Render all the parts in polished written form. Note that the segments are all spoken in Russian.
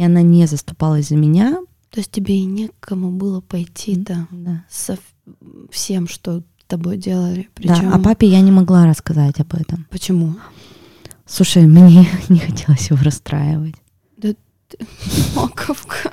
и она не заступалась за меня. То есть тебе и некому было пойти-то со всем, что тобой делали. Причем... Да, а папе я не могла рассказать об этом. Почему? Слушай, мне не хотелось его расстраивать. Да ты маковка.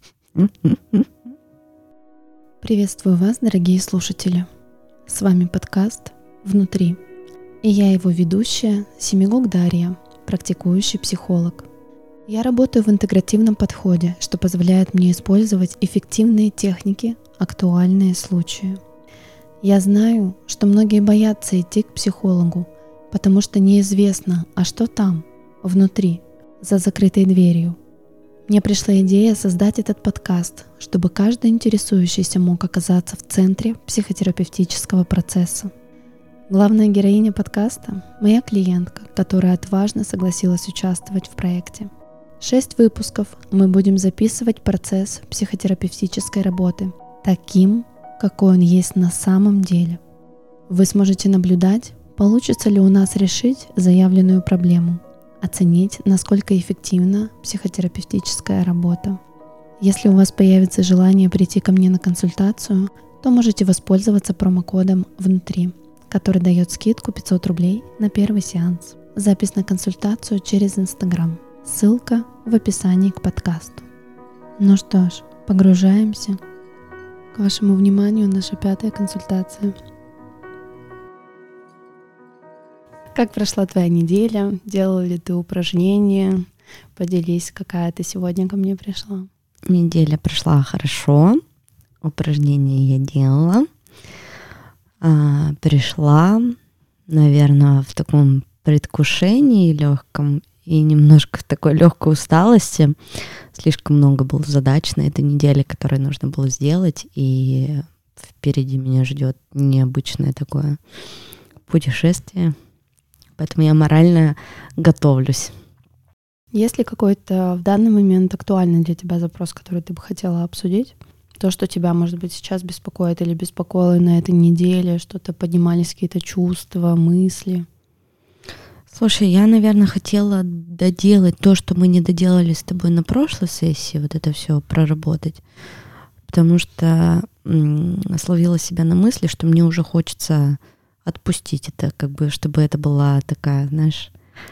Приветствую вас, дорогие слушатели. С вами подкаст «Внутри». И я его ведущая Семигук Дарья, практикующий психолог. Я работаю в интегративном подходе, что позволяет мне использовать эффективные техники, актуальные случаи. Я знаю, что многие боятся идти к психологу, потому что неизвестно, а что там, внутри, за закрытой дверью. Мне пришла идея создать этот подкаст, чтобы каждый интересующийся мог оказаться в центре психотерапевтического процесса. Главная героиня подкаста – моя клиентка, которая отважно согласилась участвовать в проекте. 6 выпусков мы будем записывать процесс психотерапевтической работы таким, какой он есть на самом деле. Вы сможете наблюдать, получится ли у нас решить заявленную проблему, оценить, насколько эффективна психотерапевтическая работа. Если у вас появится желание прийти ко мне на консультацию, то можете воспользоваться промокодом «Внутри», который дает скидку 500 рублей на первый сеанс. Запись на консультацию через Instagram. Ссылка в описании к подкасту. Ну что ж, погружаемся. К вашему вниманию наша 5-я консультация. Как прошла твоя неделя? Делала ли ты упражнения? Поделись, какая ты сегодня ко мне пришла. Неделя прошла хорошо. Упражнения я делала. Пришла, наверное, в таком предвкушении легком и немножко в такой легкой усталости. Слишком много было задач на этой неделе, которые нужно было сделать, и впереди меня ждет необычное такое путешествие. Поэтому я морально готовлюсь. Есть ли какой-то в данный момент актуальный для тебя запрос, который ты бы хотела обсудить? То, что тебя, может быть, сейчас беспокоит или беспокоило на этой неделе, что-то поднимались какие-то чувства, мысли? Слушай, я, наверное, хотела доделать то, что мы не доделали с тобой на прошлой сессии, вот это все проработать, потому что словила себя на мысли, что мне уже хочется отпустить это, как бы, чтобы это была такая, знаешь,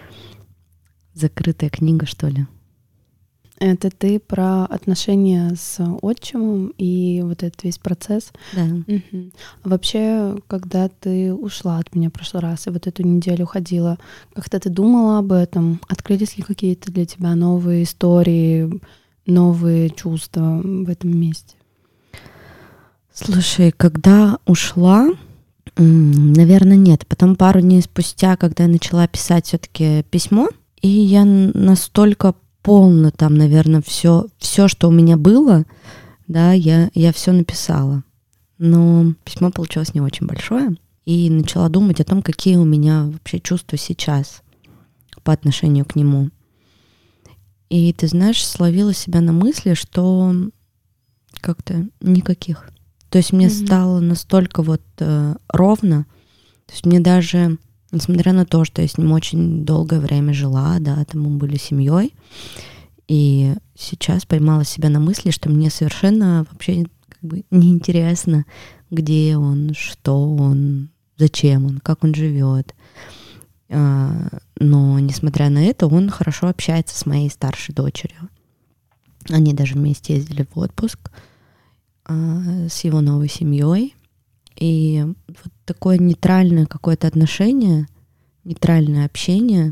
закрытая книга, что ли. Это ты про отношения с отчимом и вот этот весь процесс? Да. Угу. Вообще, когда ты ушла от меня в прошлый раз и вот эту неделю ходила, как-то ты думала об этом? Открылись ли какие-то для тебя новые истории, новые чувства в этом месте? Слушай, когда ушла, наверное, нет. Потом пару дней спустя, когда я начала писать все-таки письмо, и я настолько полно там, наверное, все, что у меня было, да, я все написала. Но письмо получилось не очень большое. И начала думать о том, какие у меня вообще чувства сейчас по отношению к нему. И ты знаешь, словила себя на мысли, что как-то никаких. То есть мне стало настолько вот ровно. То есть мне даже, несмотря на то, что я с ним очень долгое время жила, да, там мы были семьей, и сейчас поймала себя на мысли, что мне совершенно вообще как бы неинтересно, где он, что он, зачем он, как он живет. Но, несмотря на это, он хорошо общается с моей старшей дочерью. Они даже вместе ездили в отпуск с его новой семьей. И вот такое нейтральное какое-то отношение, нейтральное общение,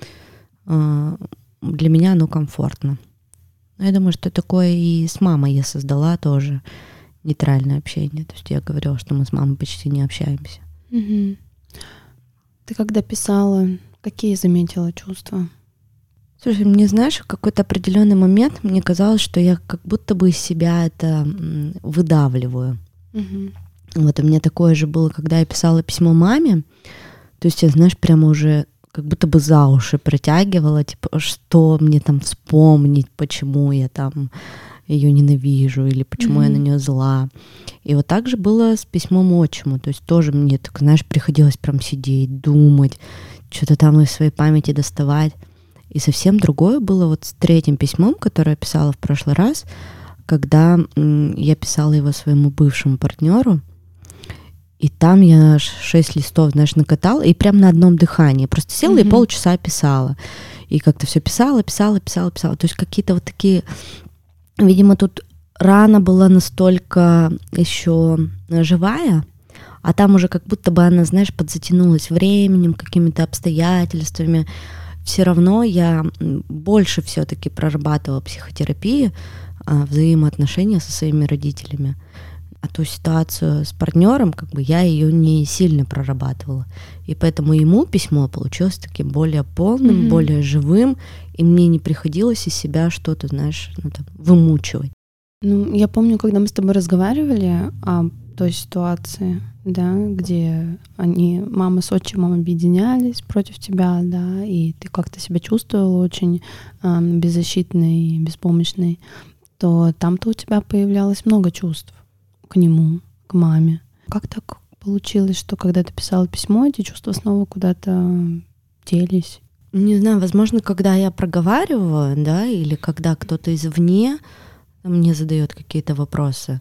для меня оно комфортно. Но я думаю, что такое и с мамой я создала тоже нейтральное общение. То есть я говорила, что мы с мамой почти не общаемся. Угу. Ты когда писала, какие заметила чувства? Слушай, мне, знаешь, в какой-то определенный момент мне казалось, что я как будто бы из себя это выдавливаю. Угу. Вот у меня такое же было, когда я писала письмо маме. То есть я, знаешь, прямо уже как будто бы за уши протягивала, типа, что мне там вспомнить, почему я там ее ненавижу или почему я на нее зла. И вот так же было с письмом отчиму. То есть тоже мне, так, знаешь, приходилось прям сидеть, думать, что-то там из своей памяти доставать. И совсем другое было вот с третьим письмом, которое я писала в прошлый раз, когда я писала его своему бывшему партнеру. И там я 6 листов, знаешь, накатала, и прям на одном дыхании. Просто села и полчаса писала. И как-то все писала. То есть какие-то вот такие... Видимо, тут рана была настолько еще живая, а там уже как будто бы она, знаешь, подзатянулась временем, какими-то обстоятельствами. Все равно я больше все-таки прорабатывала психотерапию, взаимоотношения со своими родителями. А ту ситуацию с партнером, как бы я ее не сильно прорабатывала. И поэтому ему письмо получилось таким более полным, более живым, и мне не приходилось из себя что-то, знаешь, вымучивать. Ну, я помню, когда мы с тобой разговаривали о той ситуации, да, где мама с отчимом объединялись против тебя, да, и ты как-то себя чувствовала очень беззащитной, беспомощной, то там-то у тебя появлялось много чувств к нему, к маме. Как так получилось, что когда ты писала письмо, эти чувства снова куда-то делись? Не знаю, возможно, когда я проговариваю, да, или когда кто-то извне мне задает какие-то вопросы,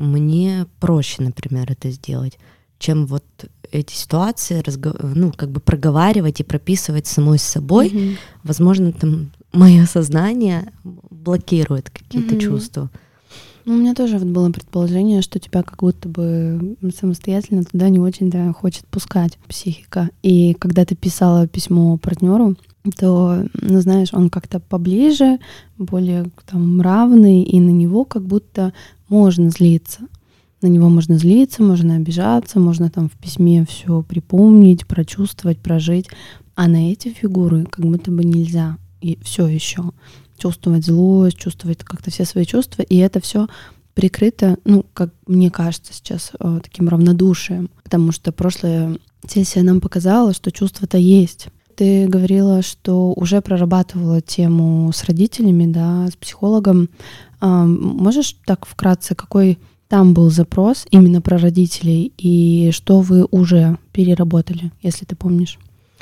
мне проще, например, это сделать, чем вот эти ситуации, проговаривать и прописывать самой с собой. Возможно, там мое сознание блокирует какие-то чувства. Ну, у меня тоже вот было предположение, что тебя как будто бы самостоятельно туда не очень-то хочет пускать психика. И когда ты писала письмо партнеру, то, ну, знаешь, он как-то поближе, более там равный, и на него как будто можно злиться. На него можно злиться, можно обижаться, можно там в письме все припомнить, прочувствовать, прожить. А на эти фигуры как будто бы нельзя. И все еще чувствовать злость, чувствовать как-то все свои чувства, и это все прикрыто, ну, как мне кажется сейчас, таким равнодушием, потому что прошлая сессия нам показала, что чувства-то есть. Ты говорила, что уже прорабатывала тему с родителями, да, с психологом. Можешь так вкратце, какой там был запрос именно про родителей, и что вы уже переработали, если ты помнишь?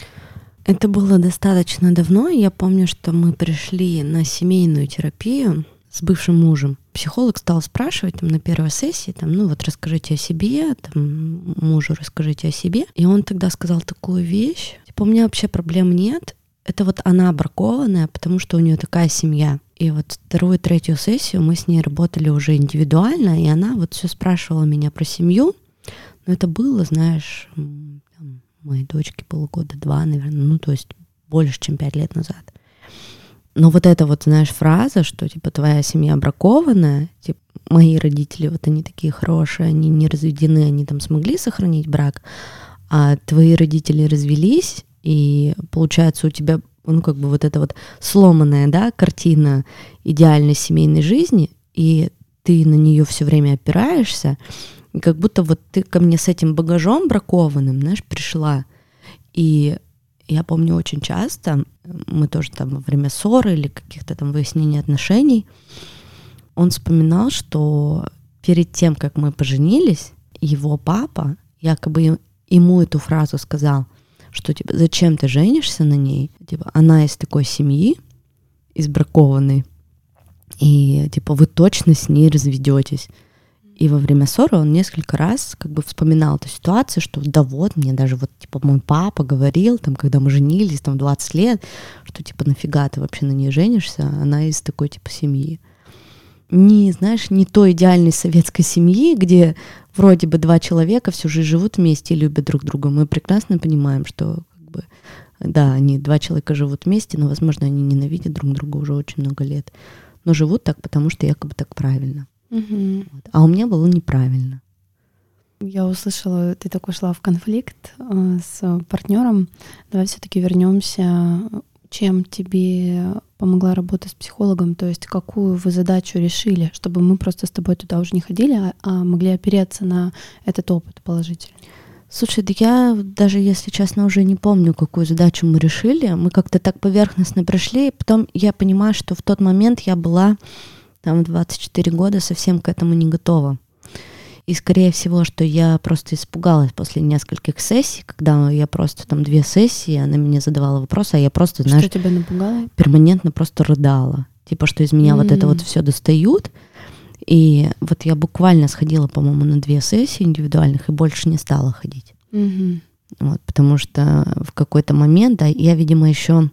Это было достаточно давно. Я помню, что мы пришли на семейную терапию с бывшим мужем. Психолог стал спрашивать там, на первой сессии, там, ну вот расскажите о себе, там, мужу расскажите о себе. И он тогда сказал такую вещь. Типа, у меня вообще проблем нет. Это вот она бракованная, потому что у нее такая семья. И вот вторую, третью сессию мы с ней работали уже индивидуально, и она вот все спрашивала меня про семью. Но это было, знаешь, моей дочке было 2 года, наверное, ну, то есть больше, чем 5 лет назад. Но вот эта вот, знаешь, фраза, что, типа, твоя семья бракованная, типа, мои родители, вот они такие хорошие, они не разведены, они там смогли сохранить брак, а твои родители развелись, и, получается, у тебя, ну, как бы вот эта вот сломанная, да, картина идеальной семейной жизни, и ты на нее все время опираешься, и как будто вот ты ко мне с этим багажом бракованным, знаешь, пришла. И я помню очень часто, мы тоже там во время ссоры или каких-то там выяснений отношений, он вспоминал, что перед тем, как мы поженились, его папа якобы ему эту фразу сказал, что типа зачем ты женишься на ней? Типа она из такой семьи, из бракованной, и типа вы точно с ней разведетесь. И во время ссоры он несколько раз как бы вспоминал эту ситуацию, что да вот, мне даже вот типа мой папа говорил, там, когда мы женились, там 20 лет, что типа нафига ты вообще на ней женишься, она из такой типа семьи. Не, знаешь, не той идеальной советской семьи, где вроде бы 2 человека всю жизнь живут вместе и любят друг друга. Мы прекрасно понимаем, что как бы, да, они 2 человека живут вместе, но, возможно, они ненавидят друг друга уже очень много лет. Но живут так, потому что якобы так правильно. Угу. Вот. А у меня было неправильно. Я услышала, ты такой шла в конфликт с партнером. Давай все-таки вернемся. Чем тебе помогла работа с психологом? То есть какую вы задачу решили, чтобы мы просто с тобой туда уже не ходили, а могли опереться на этот опыт положительный? Слушай, да я даже, если честно, уже не помню, какую задачу мы решили. Мы как-то так поверхностно прошли, и потом я понимаю, что в тот момент я была там в 24 года совсем к этому не готова. И, скорее всего, что я просто испугалась после нескольких сессий, когда я просто там 2 сессии, она мне задавала вопросы, а я просто, знаешь, что тебя напугало? Перманентно просто рыдала. Типа, что из меня вот это вот все достают. И вот я буквально сходила, по-моему, на 2 сессии индивидуальных и больше не стала ходить. Вот, потому что в какой-то момент, да, я, видимо, еще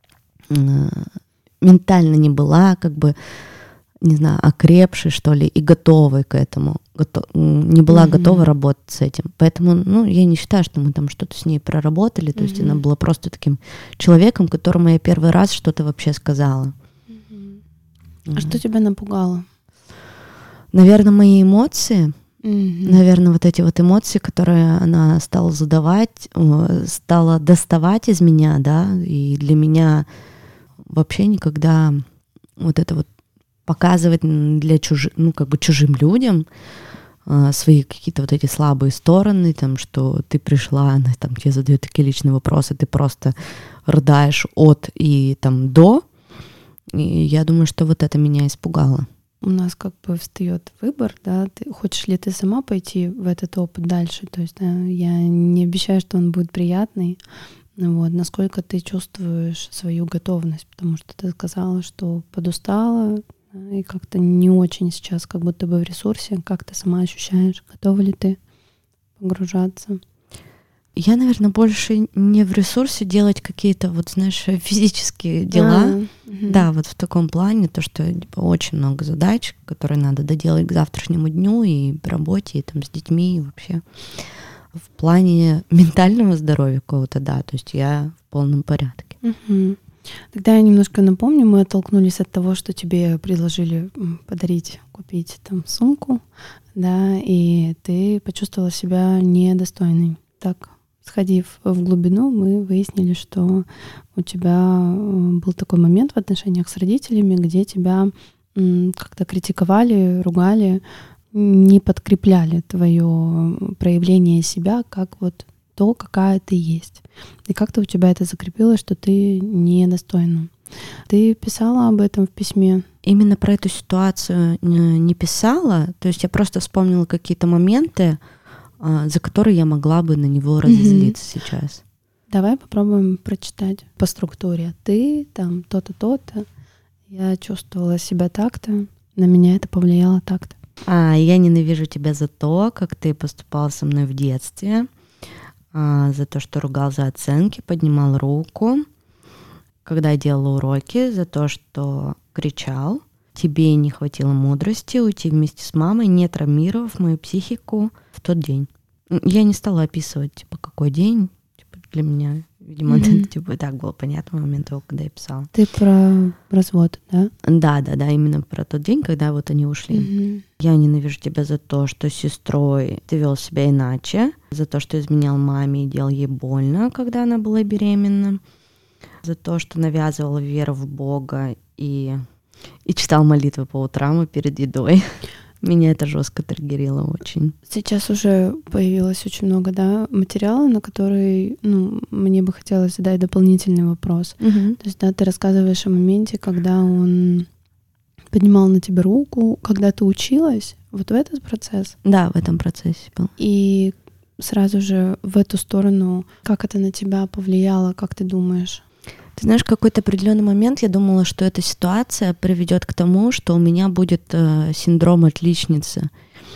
ментально не была, как бы, не знаю, окрепшей, что ли, и готовой к этому. Не была готова работать с этим. Поэтому, ну, я не считаю, что мы там что-то с ней проработали. То есть она была просто таким человеком, которому я первый раз что-то вообще сказала. А что тебя напугало? Наверное, мои эмоции. Наверное, вот эти вот эмоции, которые она стала задавать, стала доставать из меня, да, и для меня вообще никогда вот это вот показывать для чужим людям свои какие-то вот эти слабые стороны, там, что ты пришла, она там тебе задает такие личные вопросы, ты просто рыдаешь от и там до. И я думаю, что вот это меня испугало. У нас как бы встает выбор, да, хочешь ли ты сама пойти в этот опыт дальше, то есть, да, я не обещаю, что он будет приятный, вот, насколько ты чувствуешь свою готовность, потому что ты сказала, что подустала, да, и как-то не очень сейчас как будто бы в ресурсе, как ты сама ощущаешь, готова ли ты погружаться? Я, наверное, больше не в ресурсе делать какие-то, вот, знаешь, физические дела. Да, вот в таком плане, то, что типа, очень много задач, которые надо доделать к завтрашнему дню и по работе, и там с детьми, и вообще. В плане ментального здоровья какого-то, да, то есть я в полном порядке. Тогда я немножко напомню, мы оттолкнулись от того, что тебе предложили купить там сумку, да, и ты почувствовала себя недостойной. Так, сходив в глубину, мы выяснили, что у тебя был такой момент в отношениях с родителями, где тебя как-то критиковали, ругали, не подкрепляли твое проявление себя как вот то, какая ты есть. И как-то у тебя это закрепилось, что ты недостойна. Ты писала об этом в письме? Именно про эту ситуацию не писала, то есть я просто вспомнила какие-то моменты, за которые я могла бы на него разозлиться сейчас. Давай попробуем прочитать по структуре. Ты там то-то, то-то. Я чувствовала себя так-то. На меня это повлияло так-то. Я ненавижу тебя за то, как ты поступала со мной в детстве, за то, что ругал за оценки, поднимал руку, когда я делала уроки, за то, что кричал. Тебе не хватило мудрости уйти вместе с мамой, не травмировав мою психику в тот день. Я не стала описывать, типа, какой день. Типа, для меня, видимо, это типа, так было понятно в момент того, когда я писала. Ты про развод, да? Да, именно про тот день, когда вот они ушли. Я ненавижу тебя за то, что с сестрой ты вел себя иначе, за то, что изменял маме и делал ей больно, когда она была беременна, за то, что навязывал веру в Бога и читал молитвы по утрам и перед едой. Меня это жестко триггерило очень. Сейчас уже появилось очень много, да, материала, на который, мне бы хотелось задать дополнительный вопрос. То есть, да, ты рассказываешь о моменте, когда он поднимал на тебя руку, когда ты училась, вот в этот процесс? Да, в этом процессе был. И сразу же в эту сторону, как это на тебя повлияло, как ты думаешь? Ты знаешь, в какой-то определенный момент я думала, что эта ситуация приведет к тому, что у меня будет синдром отличницы,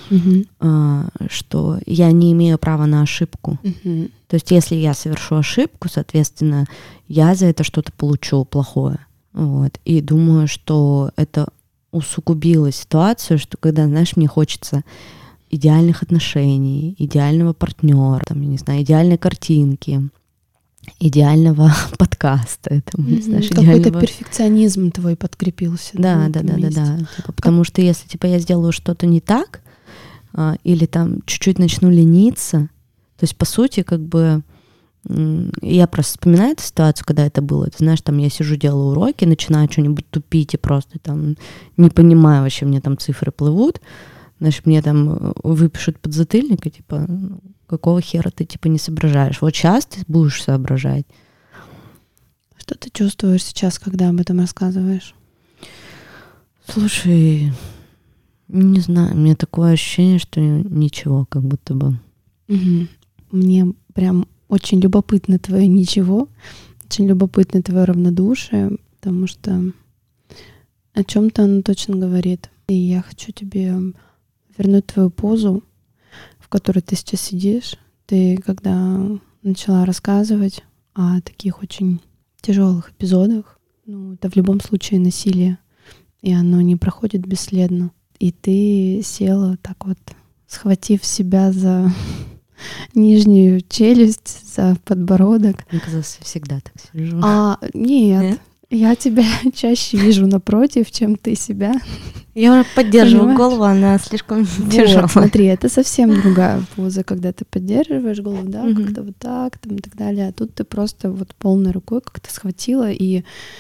что я не имею права на ошибку. То есть если я совершу ошибку, соответственно, я за это что-то получу плохое. Вот. И думаю, что это усугубило ситуацию, что когда, знаешь, мне хочется идеальных отношений, идеального партнера, там, я не знаю, идеальной картинки, идеального подкаста. Это, знаешь, какой-то перфекционизм твой подкрепился. Да. Типа, потому что если типа я сделаю что-то не так, или там чуть-чуть начну лениться, то есть по сути как бы я просто вспоминаю эту ситуацию, когда это было. Ты знаешь, там я сижу, делаю уроки, начинаю что-нибудь тупить и просто там не понимаю вообще, мне там цифры плывут. Значит, мне там выпишут подзатыльник, и типа, какого хера ты типа не соображаешь? Вот сейчас ты будешь соображать. Что ты чувствуешь сейчас, когда об этом рассказываешь? Слушай, Не знаю, у меня такое ощущение, что ничего, как будто бы. Угу. Мне прям очень любопытно твое ничего, очень любопытно твое равнодушие, потому что о чем-то оно точно говорит. И я хочу тебе вернуть твою позу, в которой ты сейчас сидишь. Ты, когда начала рассказывать о таких очень тяжелых эпизодах, это в любом случае насилие, и оно не проходит бесследно. И ты села так вот, схватив себя за нижнюю челюсть, за подбородок. Мне казалось, я всегда так сижу. Нет. Я тебя чаще вижу напротив, чем ты себя. Я уже поддерживаю голову, она слишком тяжелая. Смотри, это совсем другая поза, когда ты поддерживаешь голову, да, как-то вот так, там и так далее. А тут ты просто вот полной рукой как-то схватила. И,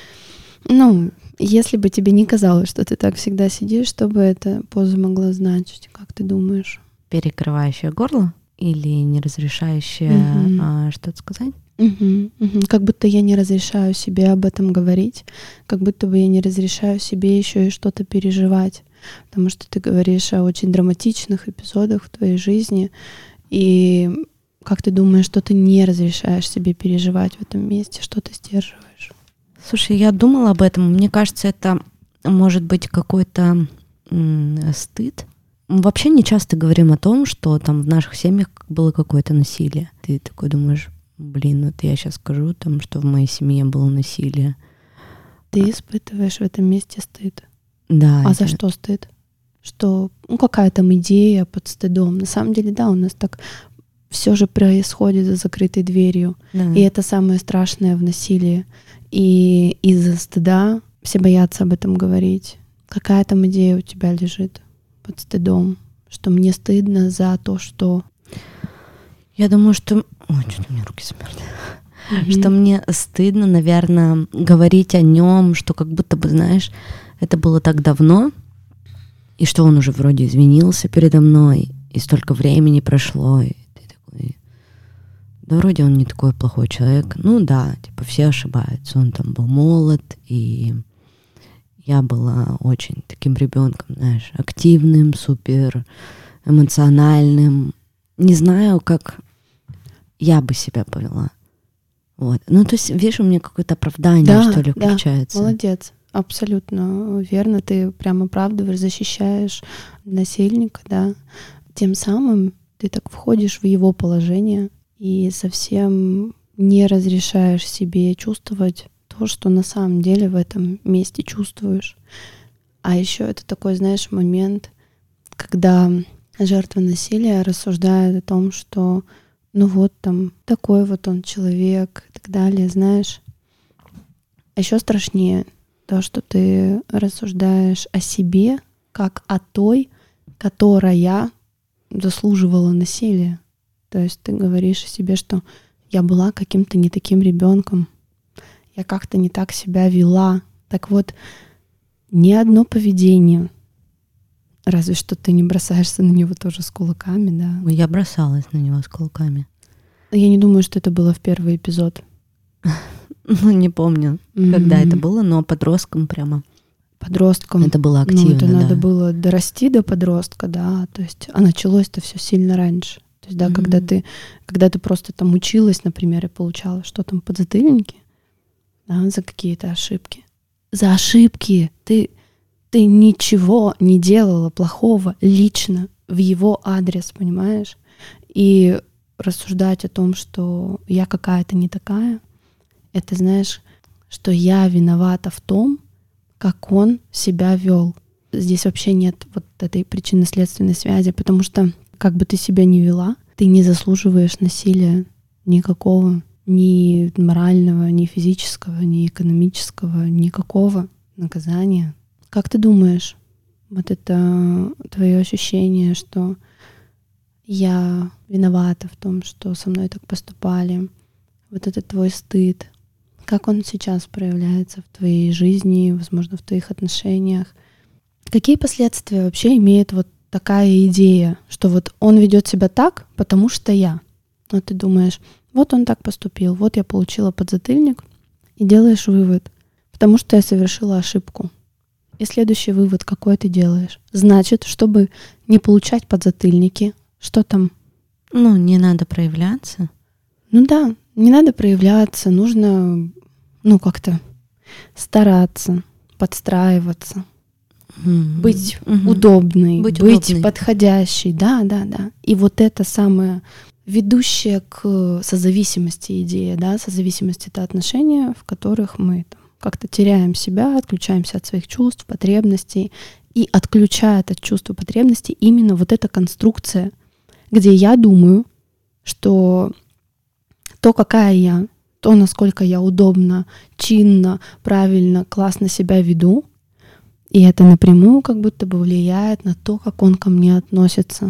если бы тебе не казалось, что ты так всегда сидишь, что бы эта поза могла значить? Как ты думаешь? Перекрывающее горло или не разрешающее что-то сказать? Как будто я не разрешаю себе об этом говорить, как будто бы я не разрешаю себе еще и что-то переживать, потому что ты говоришь о очень драматичных эпизодах в твоей жизни, и как ты думаешь, что ты не разрешаешь себе переживать в этом месте, что ты сдерживаешь? Слушай, я думала об этом, мне кажется, это может быть какой-то стыд. Мы вообще не часто говорим о том, что там в наших семьях было какое-то насилие. Ты такой думаешь, вот я сейчас скажу, там, что в моей семье было насилие. Ты испытываешь в этом месте стыд? Да. А за что стыд? Что, какая там идея под стыдом? На самом деле, да, у нас так все же происходит за закрытой дверью. Да. И это самое страшное в насилии. И из-за стыда все боятся об этом говорить. Какая там идея у тебя лежит под стыдом? Что мне стыдно за то, что... Я думаю, что... Ой, что-то у меня руки замерзли. Что мне стыдно, наверное, говорить о нем, что как будто бы, знаешь, это было так давно, и что он уже вроде извинился передо мной, и столько времени прошло, и ты такой... Да вроде он не такой плохой человек. Да, все ошибаются. Он там был молод, и я была очень таким ребенком, знаешь, активным, супер эмоциональным. Не знаю, как я бы себя повела. Вот. То есть, видишь, у меня какое-то оправдание, что ли, включается. Да, молодец. Абсолютно верно. Ты прямо оправдываешь, защищаешь насильника, да. Тем самым ты так входишь в его положение и совсем не разрешаешь себе чувствовать то, что на самом деле в этом месте чувствуешь. А еще это такой, знаешь, момент, когда жертва насилия рассуждает о том, что такой вот он человек и так далее, знаешь. А еще страшнее то, что ты рассуждаешь о себе как о той, которая заслуживала насилия. То есть ты говоришь о себе, что я была каким-то не таким ребенком, я как-то не так себя вела. Так вот, ни одно поведение, разве что ты не бросаешься на него тоже с кулаками, да? Я бросалась на него с кулаками. Я не думаю, что это было в первый эпизод. Не помню, когда это было, но подростком прямо. Подростком. Это было активно, это надо было дорасти до подростка, да. То есть, а началось-то все сильно раньше. То есть, да, когда ты просто там училась, например, и получала что там, подзатыльники, да, за какие-то ошибки. За ошибки! Ты ничего не делала плохого лично в его адрес, понимаешь? И рассуждать о том, что я какая-то не такая, это, знаешь, что я виновата в том, как он себя вел. Здесь вообще нет вот этой причинно-следственной связи, потому что как бы ты себя ни вела, ты не заслуживаешь насилия никакого, ни морального, ни физического, ни экономического, никакого наказания. Как ты думаешь, вот это твое ощущение, что я виновата в том, что со мной так поступали, вот этот твой стыд, как он сейчас проявляется в твоей жизни, возможно, в твоих отношениях? Какие последствия вообще имеет вот такая идея, что вот он ведет себя так, потому что я? Вот ты думаешь, вот он так поступил, вот я получила подзатыльник, и делаешь вывод, потому что я совершила ошибку. И следующий вывод какой ты делаешь? Значит, чтобы не получать подзатыльники, что там? Не надо проявляться. Да, не надо проявляться, нужно, как-то стараться, подстраиваться, быть удобной, быть удобной, подходящей, да. И вот это самое ведущее к созависимости идея, да, созависимость — это отношения, в которых мы как-то теряем себя, отключаемся от своих чувств, потребностей, и отключает от чувств и потребностей именно вот эта конструкция, где я думаю, что то, какая я, то, насколько я удобно, чинно, правильно, классно себя веду, и это напрямую как будто бы влияет на то, как он ко мне относится.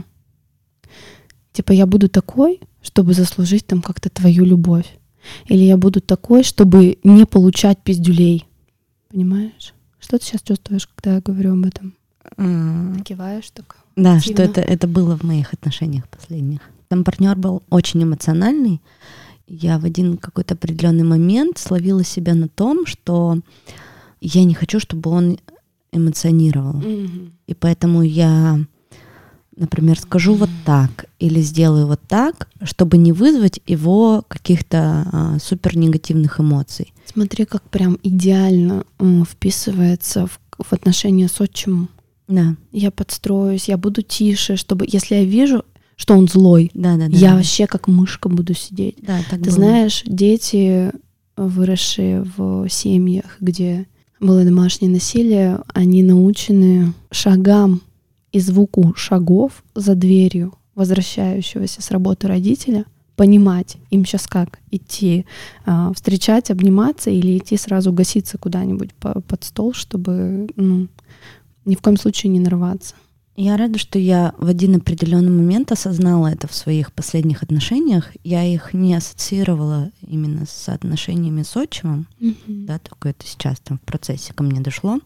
Типа я буду такой, чтобы заслужить там как-то твою любовь. Или я буду такой, чтобы не получать пиздюлей. Понимаешь? Что ты сейчас чувствуешь, когда я говорю об этом? Ты киваешь так? Да, активно. что это было в моих отношениях последних. Там партнер был очень эмоциональный. Я в один какой-то определенный момент словила себя на том, что я не хочу, чтобы он эмоционировал. И поэтому я, например, скажу вот так или сделаю вот так, чтобы не вызвать его каких-то супер негативных эмоций. Смотри, как прям идеально вписывается в отношения с отчимом. Да. Я подстроюсь, я буду тише, чтобы, если я вижу, что он злой, я вообще как мышка буду сидеть. Да, так Ты было. знаешь, дети, выросшие в семьях, где было домашнее насилие, они научены шагам и звуку шагов за дверью возвращающегося с работы родителя понимать, им сейчас как идти встречать, обниматься или идти сразу гаситься куда-нибудь под стол, чтобы ни в коем случае не нарваться. Я рада, что я в один определенный момент осознала это в своих последних отношениях. Я их не ассоциировала именно с отношениями с отчимом, да, только это сейчас там в процессе ко мне дошло.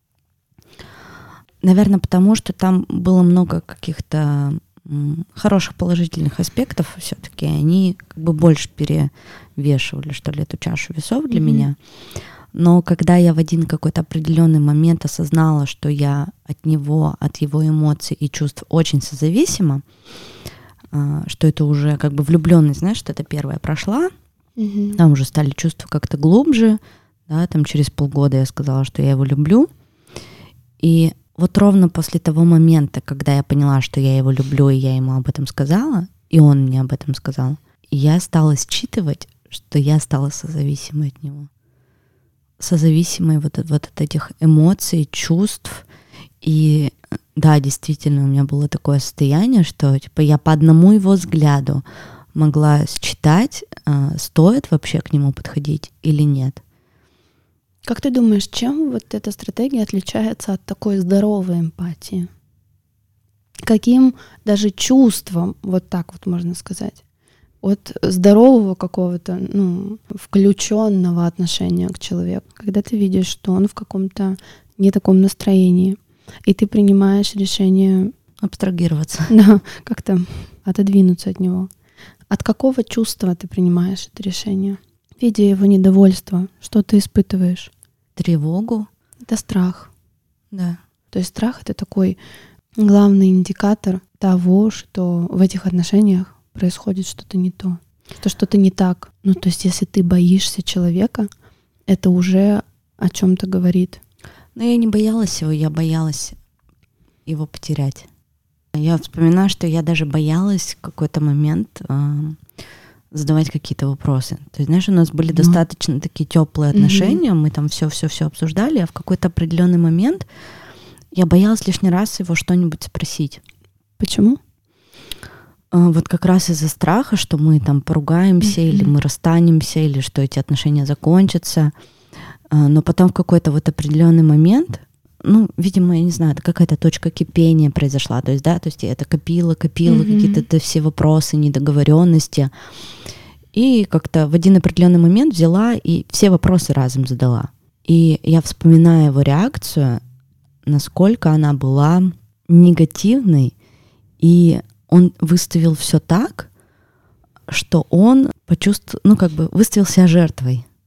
Наверное, потому что там было много каких-то хороших положительных аспектов, все-таки они как бы больше перевешивали, что ли, эту чашу весов для меня. Но когда я в один какой-то определенный момент осознала, что я от него, от его эмоций и чувств очень созависима, что это уже как бы влюбленность, знаешь, что это первая прошла, там уже стали чувства как-то глубже, да, там через полгода я сказала, что я его люблю. И вот ровно после того момента, когда я поняла, что я его люблю, и я ему об этом сказала, и он мне об этом сказал, я стала считывать, что я стала созависимой от него. Созависимой вот от этих эмоций, чувств. И да, действительно, у меня было такое состояние, что типа я по одному его взгляду могла считать, стоит вообще к нему подходить или нет. Как ты думаешь, чем вот эта стратегия отличается от такой здоровой эмпатии? Каким даже чувством, вот так вот можно сказать, от здорового какого-то, включенного отношения к человеку, когда ты видишь, что он в каком-то не таком настроении, и ты принимаешь решение абстрагироваться, да, как-то отодвинуться от него. От какого чувства ты принимаешь это решение? Видя его недовольство, что ты испытываешь? Тревогу. Это страх. Да. То есть страх — это такой главный индикатор того, что в этих отношениях происходит что-то не то, что что-то не так. То есть если ты боишься человека, это уже о чем-то говорит. Но я не боялась его, я боялась его потерять. Я вспоминаю, что я даже боялась в какой-то момент задавать какие-то вопросы. То есть, знаешь, у нас были достаточно такие теплые отношения, мы там все обсуждали, а в какой-то определенный момент я боялась лишний раз его что-нибудь спросить. Почему? Вот как раз из-за страха, что мы там поругаемся, или мы расстанемся, или что эти отношения закончатся. Но потом в какой-то вот определенный момент, видимо, я не знаю, это какая-то точка кипения произошла. То есть, да, то есть я это копила какие-то все вопросы, недоговоренности. И как-то в один определенный момент взяла и все вопросы разом задала. И я вспоминаю его реакцию, насколько она была негативной, и он выставил все так, что он почувствовал, выставил себя жертвой.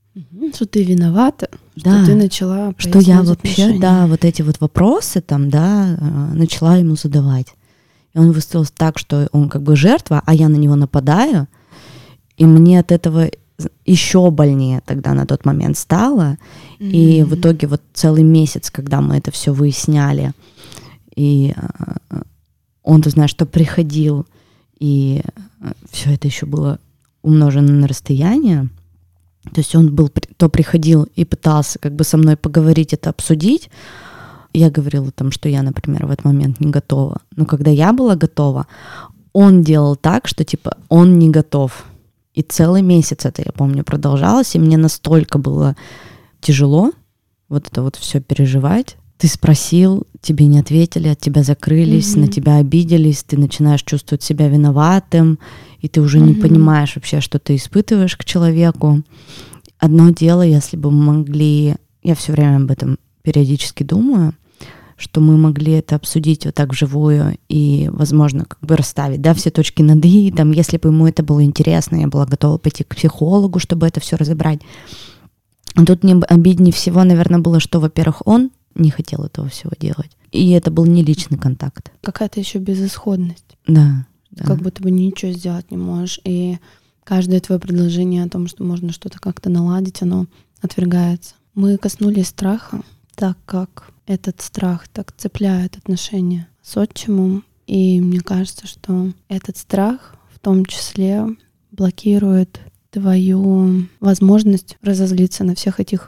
Что ты виновата, Да, что ты начала что я прояснять вообще, отношения. да, вот эти вот вопросы там, да, начала ему задавать. И он выставился так, что он как бы жертва, а я на него нападаю, и мне от этого еще больнее тогда на тот момент стало. И в итоге вот целый месяц, когда мы это все выясняли, и он, ты знаешь, что приходил, и все это еще было умножено на расстояние. То есть он то приходил и пытался как бы со мной поговорить, это обсудить. Я говорила там, что я, например, в этот момент не готова. Но когда я была готова, он делал так, что типа он не готов. И целый месяц это, я помню, продолжалось, и мне настолько было тяжело вот это вот все переживать. Ты спросил, тебе не ответили, от тебя закрылись, на тебя обиделись, ты начинаешь чувствовать себя виноватым, и ты уже не понимаешь вообще, что ты испытываешь к человеку. Одно дело, если бы мы могли, я все время об этом периодически думаю, что мы могли это обсудить вот так вживую и, возможно, как бы расставить, да, все точки над «и», там, если бы ему это было интересно, я была готова пойти к психологу, чтобы это все разобрать. А тут мне обиднее всего, наверное, было, что, во-первых, он не хотел этого всего делать, и это был не личный контакт. Какая-то еще безысходность. Да. Как будто бы ничего сделать не можешь, и каждое твое предложение о том, что можно что-то как-то наладить, оно отвергается. Мы коснулись страха, так как этот страх так цепляет отношения с отчимом, и мне кажется, что этот страх в том числе блокирует твою возможность разозлиться на всех этих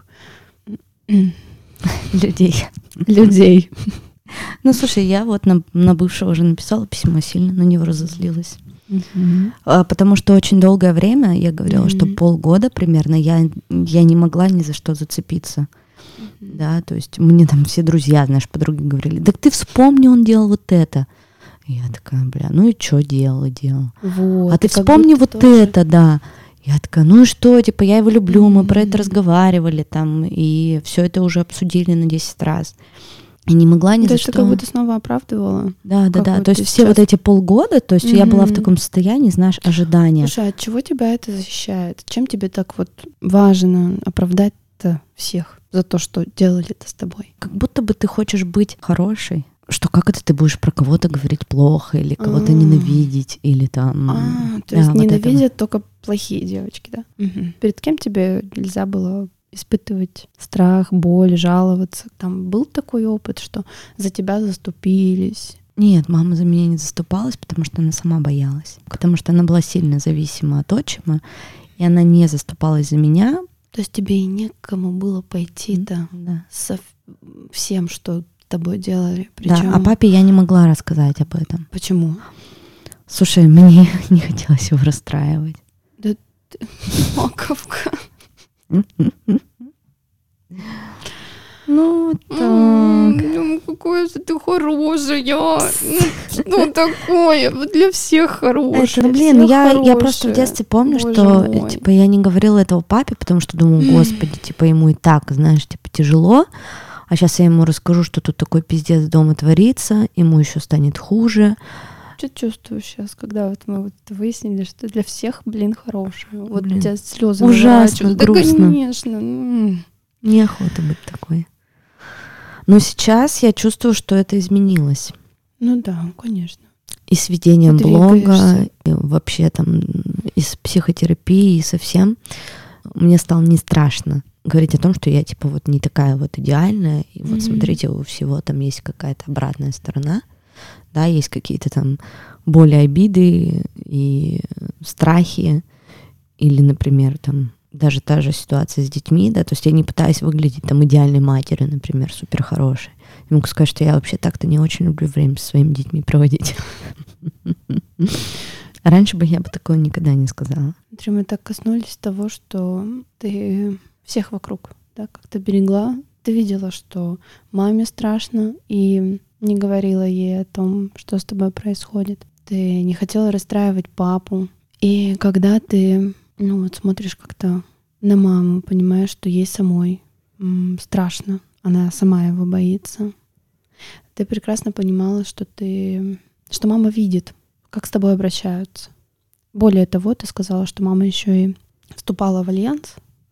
людей. Ну, слушай, я вот на бывшего уже написала письмо, сильно на него разозлилась. Потому что очень долгое время, я говорила, что полгода примерно я не могла ни за что зацепиться. Да, то есть мне там все друзья, знаешь, подруги говорили, так ты вспомни, он делал вот это. И я такая, ну и что делал? Вот, а ты вспомни вот тоже это, да. Я такая, ну и что, типа, я его люблю, мы про это разговаривали там, и все это уже обсудили на 10 раз. И не могла ни за что. Ты как будто снова оправдывала. Да. То есть все вот эти полгода, то есть я была в таком состоянии, знаешь, ожидания. Слушай, от чего тебя это защищает? Чем тебе так вот важно оправдать-то всех за то, что делали это с тобой? Как будто бы ты хочешь быть хорошей. Что как это ты будешь про кого-то говорить плохо, или кого-то ненавидеть, или там... То есть ненавидят только плохие девочки, да? Перед кем тебе нельзя было испытывать страх, боль, жаловаться? Там был такой опыт, что за тебя заступились? Нет, мама за меня не заступалась, потому что она сама боялась. Потому что она была сильно зависима от отчима, и она не заступалась за меня. То есть тебе и некому было пойти-то со всем, что с тобой делали? Причем... Да, а папе я не могла рассказать об этом. Почему? Слушай, мне не хотелось его расстраивать. Да ты маковка. Ну, так. Какая же ты хорошая. Что такое? Для всех хорошая. Это, блин, я просто в детстве помню, что типа я не говорила этого папе, потому что думаю, господи, типа ему и так, знаешь, типа тяжело. А сейчас я ему расскажу, что тут такой пиздец дома творится, ему еще станет хуже. Что чувствуешь сейчас, когда вот мы вот выяснили, что для всех, хорошее? Вот у тебя слезы ужасно, грустно. Да, конечно. Неохота быть такой. Но сейчас я чувствую, что это изменилось. Ну да, конечно. И с ведением блога, и вообще там, и с психотерапией, и со всем. Мне стало не страшно говорить о том, что я типа вот не такая вот идеальная, и вот смотрите, у всего там есть какая-то обратная сторона, да, есть какие-то там боли, обиды и страхи, или, например, там даже та же ситуация с детьми, да, то есть я не пытаюсь выглядеть там идеальной матерью, например, супер хорошей. Я могу сказать, что я вообще так-то не очень люблю время со своими детьми проводить. Раньше бы я бы такого никогда не сказала. Смотри, мы так коснулись того, что ты всех вокруг, да, как-то берегла. Ты видела, что маме страшно, и не говорила ей о том, что с тобой происходит. Ты не хотела расстраивать папу. И когда ты, смотришь как-то на маму, понимаешь, что ей самой страшно, она сама его боится. Ты прекрасно понимала, что мама видит, как с тобой обращаются. Более того, ты сказала, что мама еще и вступала в альянс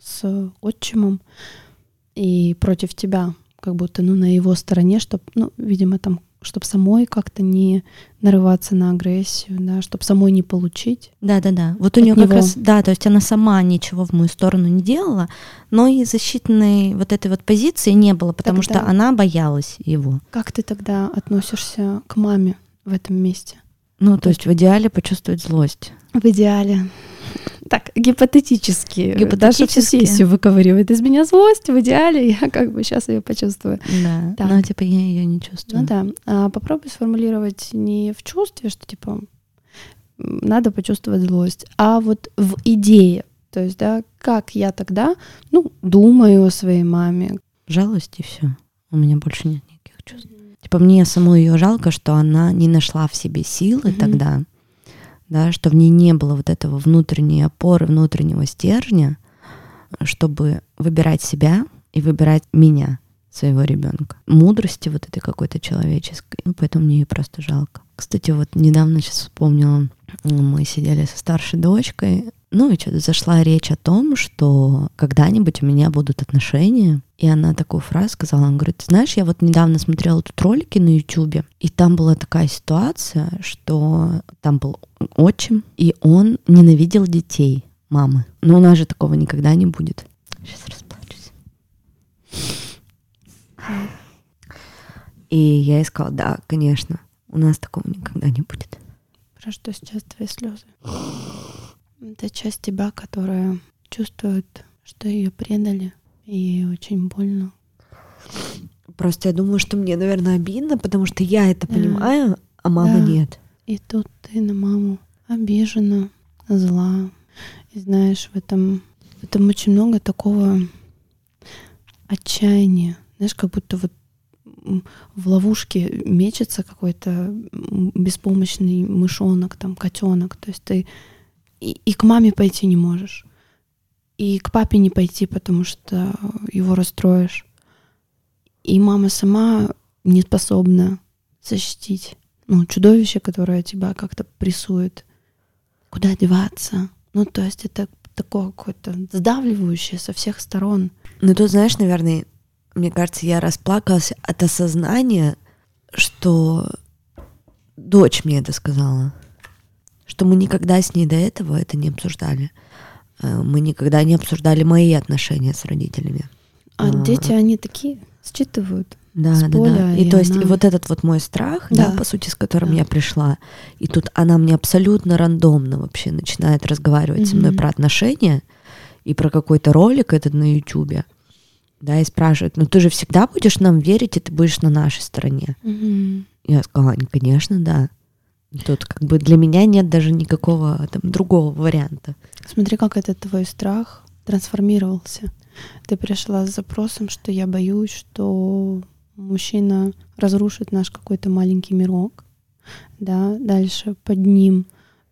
с отчимом и против тебя, как будто, на его стороне, чтобы, видимо, там, чтобы самой как-то не нарываться на агрессию, да, чтобы самой не получить. Да. Вот у нее как раз, да, то есть она сама ничего в мою сторону не делала, но и защитной вот этой вот позиции не было, потому что она боялась его. Как ты тогда относишься к маме в этом месте? То есть в идеале почувствовать злость. В идеале. Так, гипотетически. Даша всю сессию выковыривает из меня злость. В идеале я сейчас ее почувствую. Да, но я ее не чувствую. Да. А попробуй сформулировать не в чувстве, что надо почувствовать злость, а вот в идее. То есть, да, как я тогда, думаю о своей маме. Жалость и все. У меня больше нет никаких чувств. Мне самой ее жалко, что она не нашла в себе силы тогда, да, что в ней не было вот этого внутренней опоры, внутреннего стержня, чтобы выбирать себя и выбирать меня, своего ребенка. Мудрости вот этой какой-то человеческой. Поэтому мне ее просто жалко. Кстати, вот недавно сейчас вспомнила, мы сидели со старшей дочкой, и что-то зашла речь о том, что когда-нибудь у меня будут отношения. И она такую фразу сказала, она говорит: знаешь, я вот недавно смотрела тут ролики на YouTube, и там была такая ситуация, что там был отчим, и он ненавидел детей мамы. Но у нас же такого никогда не будет. Сейчас расплачусь. И я ей сказала: да, конечно, у нас такого никогда не будет. Про что сейчас твои слезы? Это часть тебя, которая чувствует, что ее предали, и ей очень больно. Просто я думаю, что мне, наверное, обидно, потому что я это понимаю, а мама нет. И тут ты на маму обижена, зла. И знаешь, в этом очень много такого отчаяния. Знаешь, как будто вот в ловушке мечется какой-то беспомощный мышонок, котенок. То есть ты и к маме пойти не можешь, и к папе не пойти, потому что его расстроишь. И мама сама не способна защитить чудовище, которое тебя как-то прессует. Куда деваться? То есть это такое какое-то сдавливающее со всех сторон. Тут, знаешь, наверное, мне кажется, я расплакалась от осознания, что дочь мне это сказала. Что мы никогда с ней до этого это не обсуждали. Мы никогда не обсуждали мои отношения с родителями. А дети, они такие, считывают. Да. И то есть и вот этот вот мой страх, по сути, с которым я пришла, и тут она мне абсолютно рандомно вообще начинает разговаривать со мной про отношения и про какой-то ролик этот на Ютубе, и спрашивает: ты же всегда будешь нам верить, и ты будешь на нашей стороне. Я сказала: конечно, да. Тут для меня нет даже никакого другого варианта. Смотри, как этот твой страх трансформировался. Ты пришла с запросом, что я боюсь, что мужчина разрушит наш какой-то маленький мирок. Да? Дальше под ним,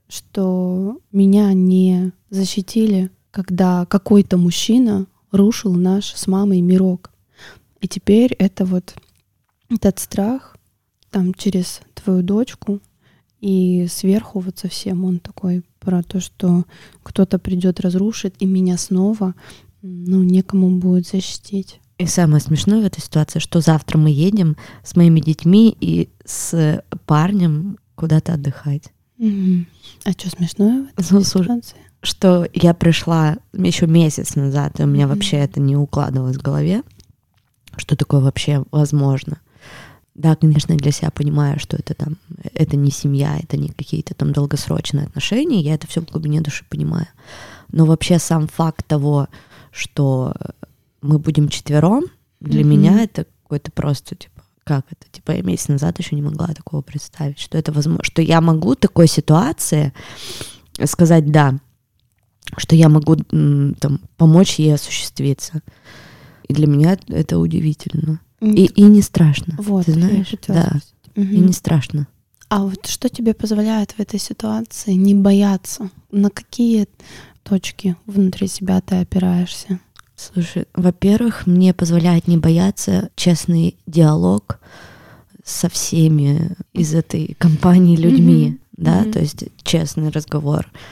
что меня не защитили, когда какой-то мужчина рушил наш с мамой мирок. И теперь это вот этот страх через твою дочку, и сверху вот совсем он такой про то, что кто-то придет, разрушит, и меня снова, некому будет защитить. И самое смешное в этой ситуации, что завтра мы едем с моими детьми и с парнем куда-то отдыхать. А что смешное в этой ситуации? Что я пришла еще месяц назад, и у меня вообще это не укладывалось в голове, что такое вообще возможно. Да, конечно, для себя понимаю, что это не семья, это не какие-то долгосрочные отношения, я это все в глубине души понимаю. Но вообще сам факт того, что мы будем четвером, для меня это какой-то просто, как это? Я месяц назад еще не могла такого представить, что это возможно, что я могу в такой ситуации сказать «да», что я могу помочь ей осуществиться. И для меня это удивительно. И не страшно, вот, ты знаешь? Да, и не страшно. А вот что тебе позволяет в этой ситуации не бояться? На какие точки внутри себя ты опираешься? Слушай, во-первых, мне позволяет не бояться честный диалог со всеми из этой компании людьми, да, то есть честный разговор.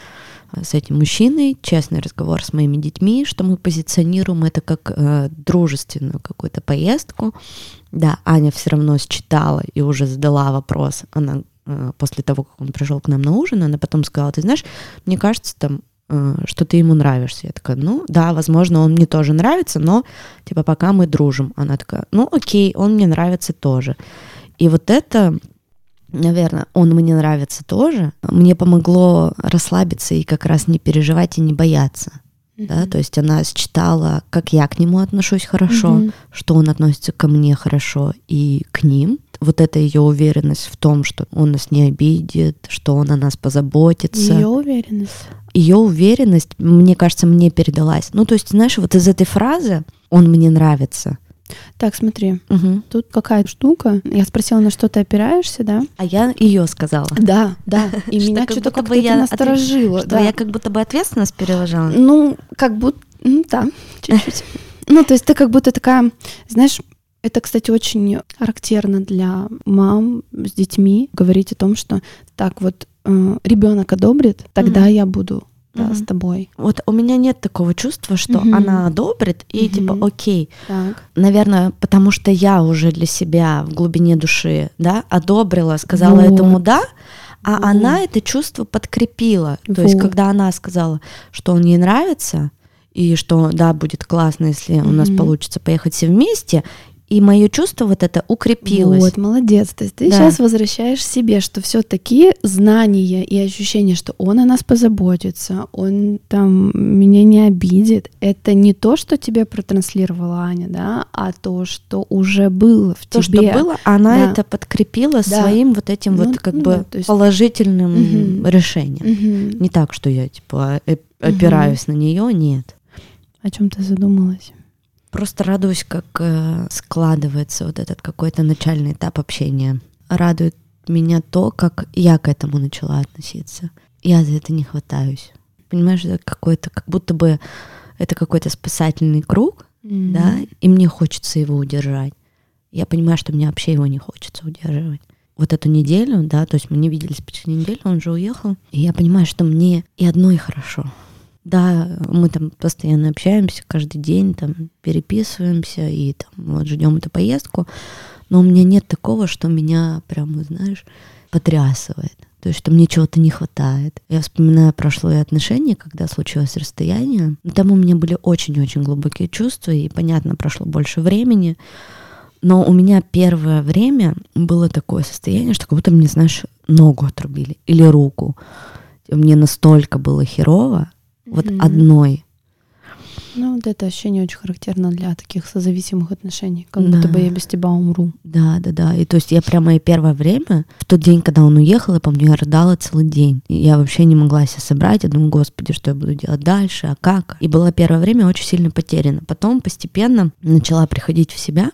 с этим мужчиной, честный разговор с моими детьми, что мы позиционируем это как дружественную какую-то поездку. Да, Аня все равно считала и уже задала вопрос. Она после того, как он пришел к нам на ужин, она потом сказала: ты знаешь, мне кажется, там, что ты ему нравишься. Я такая: ну да, возможно, он мне тоже нравится, но типа пока мы дружим. Она такая: ну окей, он мне нравится тоже. И вот это, наверное, он мне нравится тоже, мне помогло расслабиться и как раз не переживать и не бояться. Да? То есть она считала, как я к нему отношусь хорошо, что он относится ко мне хорошо и к ним. Вот это ее уверенность в том, что он нас не обидит, что он о нас позаботится. Ее уверенность? Ее уверенность, мне кажется, мне передалась. Ну, то есть, знаешь, вот из этой фразы «он мне нравится». Так, смотри, тут какая-то штука. Я спросила, на что ты опираешься, да? А я ее сказала. Да. И меня что-то как-то это насторожило. Что я как будто бы ответственность переложила? Ну, как будто, да, чуть-чуть. Ну, то есть ты как будто такая, знаешь, это, кстати, очень характерно для мам с детьми говорить о том, что так вот ребенок одобрит, тогда я буду с тобой. Вот у меня нет такого чувства, что она одобрит и типа окей. Так. Наверное, потому что я уже для себя в глубине души, да, одобрила, сказала этому да, а она это чувство подкрепила. То есть когда она сказала, что он ей нравится и что да, будет классно, если у нас получится поехать все вместе. И мое чувство вот это укрепилось. Вот, молодец. То есть ты сейчас возвращаешь себе, что все-таки знания и ощущение, что он о нас позаботится, он там меня не обидит, это не то, что тебе протранслировала Аня, да, а то, что уже было в то, тебе. То, что было, она это подкрепила своим вот этим вот как бы положительным решением. Не так, что я типа опираюсь на нее, нет. О чем ты задумалась? Просто радуюсь, как складывается вот этот какой-то начальный этап общения. Радует меня то, как я к этому начала относиться. Я за это не хватаюсь. Понимаешь, это какой-то, как будто бы это какой-то спасательный круг, да, и мне хочется его удержать. Я понимаю, что мне вообще его не хочется удерживать. Вот эту неделю, да, то есть мы не виделись почти неделю, он же уехал, и я понимаю, что мне и одной хорошо. Да, мы там постоянно общаемся каждый день, там переписываемся и там вот ждем эту поездку, но у меня нет такого, что меня прям, знаешь, потрясывает, то есть что мне чего-то не хватает. Я вспоминаю прошлые отношения, когда случилось расстояние, там у меня были очень-очень глубокие чувства, и, понятно, прошло больше времени, но у меня первое время было такое состояние, что как будто мне, знаешь, ногу отрубили или руку. Мне настолько было херово, вот одной. Ну, вот это ощущение очень характерно для таких созависимых отношений, как будто бы я без тебя умру. Да. И то есть я прямо и первое время, в тот день, когда он уехал, я помню, я рыдала целый день. И я вообще не могла себя собрать. Я думаю, господи, что я буду делать дальше, а как? И было первое время очень сильно потеряна. Потом постепенно начала приходить в себя.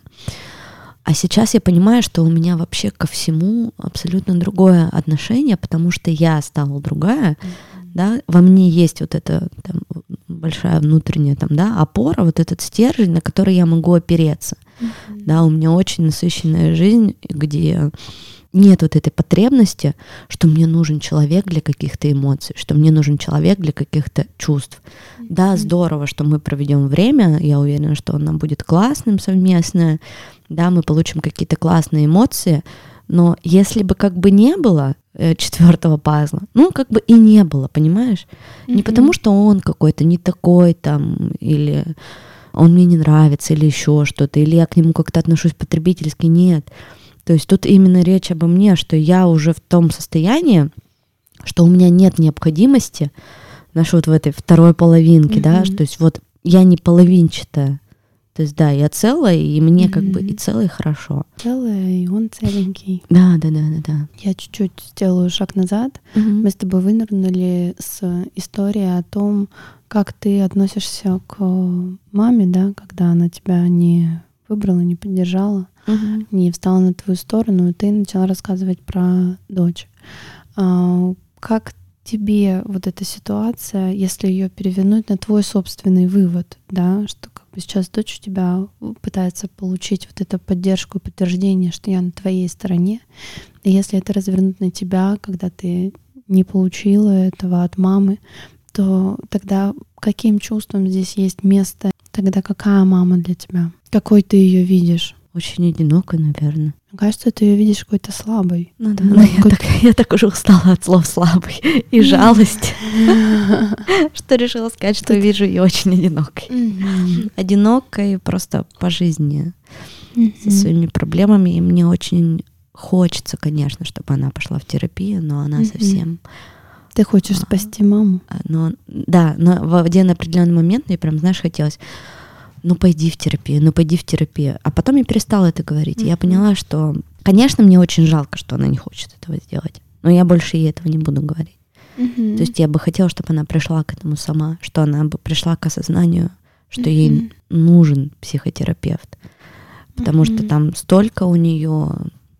А сейчас я понимаю, что у меня вообще ко всему абсолютно другое отношение, потому что я стала другая. Да, во мне есть вот эта там, большая внутренняя там, да, опора, вот этот стержень, на который я могу опереться. Да, у меня очень насыщенная жизнь, где нет вот этой потребности, что мне нужен человек для каких-то эмоций, что мне нужен человек для каких-то чувств. Да, здорово, что мы проведем время, я уверена, что оно будет классным совместное, да, мы получим какие-то классные эмоции, но если бы как бы не было четвертого пазла, ну как бы и не было, понимаешь? Не потому что он какой-то не такой там, или он мне не нравится, или еще что-то, или я к нему как-то отношусь потребительски, нет. То есть тут именно речь обо мне, что я уже в том состоянии, что у меня нет необходимости, знаешь, вот в этой второй половинке, да, что есть вот я не половинчатая. То есть, да, я целая, и мне как бы и целое хорошо. Целая, и он целенький. Да. Я чуть-чуть сделаю шаг назад. Мы с тобой вынырнули с историей о том, как ты относишься к маме, да, когда она тебя не выбрала, не поддержала, не встала на твою сторону, и ты начала рассказывать про дочь. Как тебе вот эта ситуация, если ее перевернуть на твой собственный вывод, да, что как бы сейчас дочь у тебя пытается получить вот эту поддержку и подтверждение, что я на твоей стороне, и если это развернуть на тебя, когда ты не получила этого от мамы, то тогда каким чувством здесь есть место? Тогда какая мама для тебя? Какой ты ее видишь? Очень одинокой, наверное. Кажется, ты ее видишь какой-то слабой. Ну да, но я так уже устала от слов слабый и жалость, что решила сказать, что вижу ее очень одинокой. Одинокой просто по жизни, со своими проблемами. И мне очень хочется, конечно, чтобы она пошла в терапию, но она совсем... Ты хочешь спасти маму? Но в один определенный момент мне прям, знаешь, хотелось... пойди в терапию. А потом я перестала это говорить. Я поняла, что, конечно, мне очень жалко, что она не хочет этого сделать, но я больше ей этого не буду говорить. То есть я бы хотела, чтобы она пришла к этому сама, что она бы пришла к осознанию, что ей нужен психотерапевт, потому что там столько у нее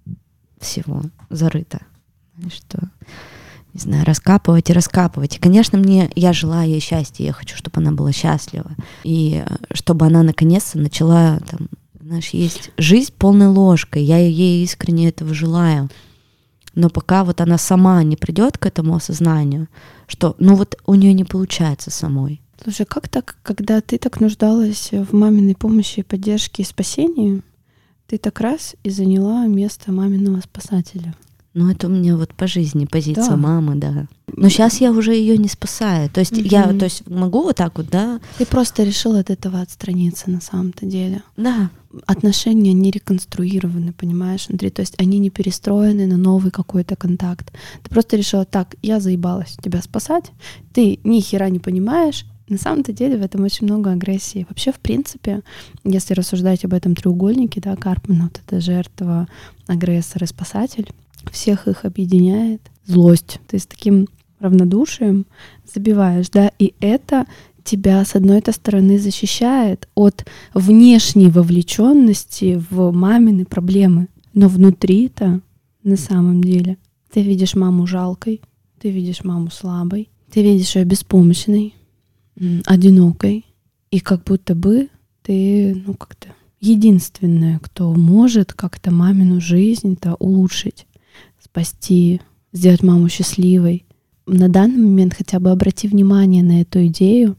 всего зарыто, что... не знаю, раскапывать. И, конечно, я желаю ей счастья, я хочу, чтобы она была счастлива. И чтобы она наконец-то начала, там, знаешь, есть жизнь полной ложкой. Я ей искренне этого желаю. Но пока вот она сама не придет к этому осознанию, что, у нее не получается самой. Слушай, как так, когда ты так нуждалась в маминой помощи, поддержке и спасении, ты так раз и заняла место маминого спасателя? Это у меня вот по жизни позиция мамы, да. Но сейчас я уже ее не спасаю. То есть я могу вот так вот, да. Ты просто решила от этого отстраниться на самом-то деле. Да. Отношения не реконструированы, понимаешь, внутри. То есть они не перестроены на новый какой-то контакт. Ты просто решила: так, я заебалась тебя спасать, ты ни хера не понимаешь. На самом-то деле в этом очень много агрессии. Вообще, в принципе, если рассуждать об этом треугольнике, да, Карпмана, вот это жертва, агрессор и спасатель, всех их объединяет злость. Ты с таким равнодушием забиваешь, да, и это тебя, с одной стороны, защищает от внешней вовлеченности в мамины проблемы. Но внутри-то, на самом деле, ты видишь маму жалкой, ты видишь маму слабой, ты видишь ее беспомощной, одинокой, и как будто бы ты, как-то единственная, кто может как-то мамину жизнь-то улучшить, спасти, сделать маму счастливой. На данный момент хотя бы обрати внимание на эту идею.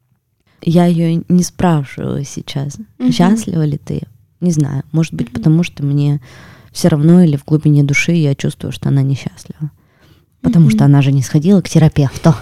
Я ее не спрашиваю сейчас, счастлива ли ты. Не знаю, может быть, потому что мне все равно, или в глубине души я чувствую, что она несчастлива. Потому что она же не сходила к терапевту.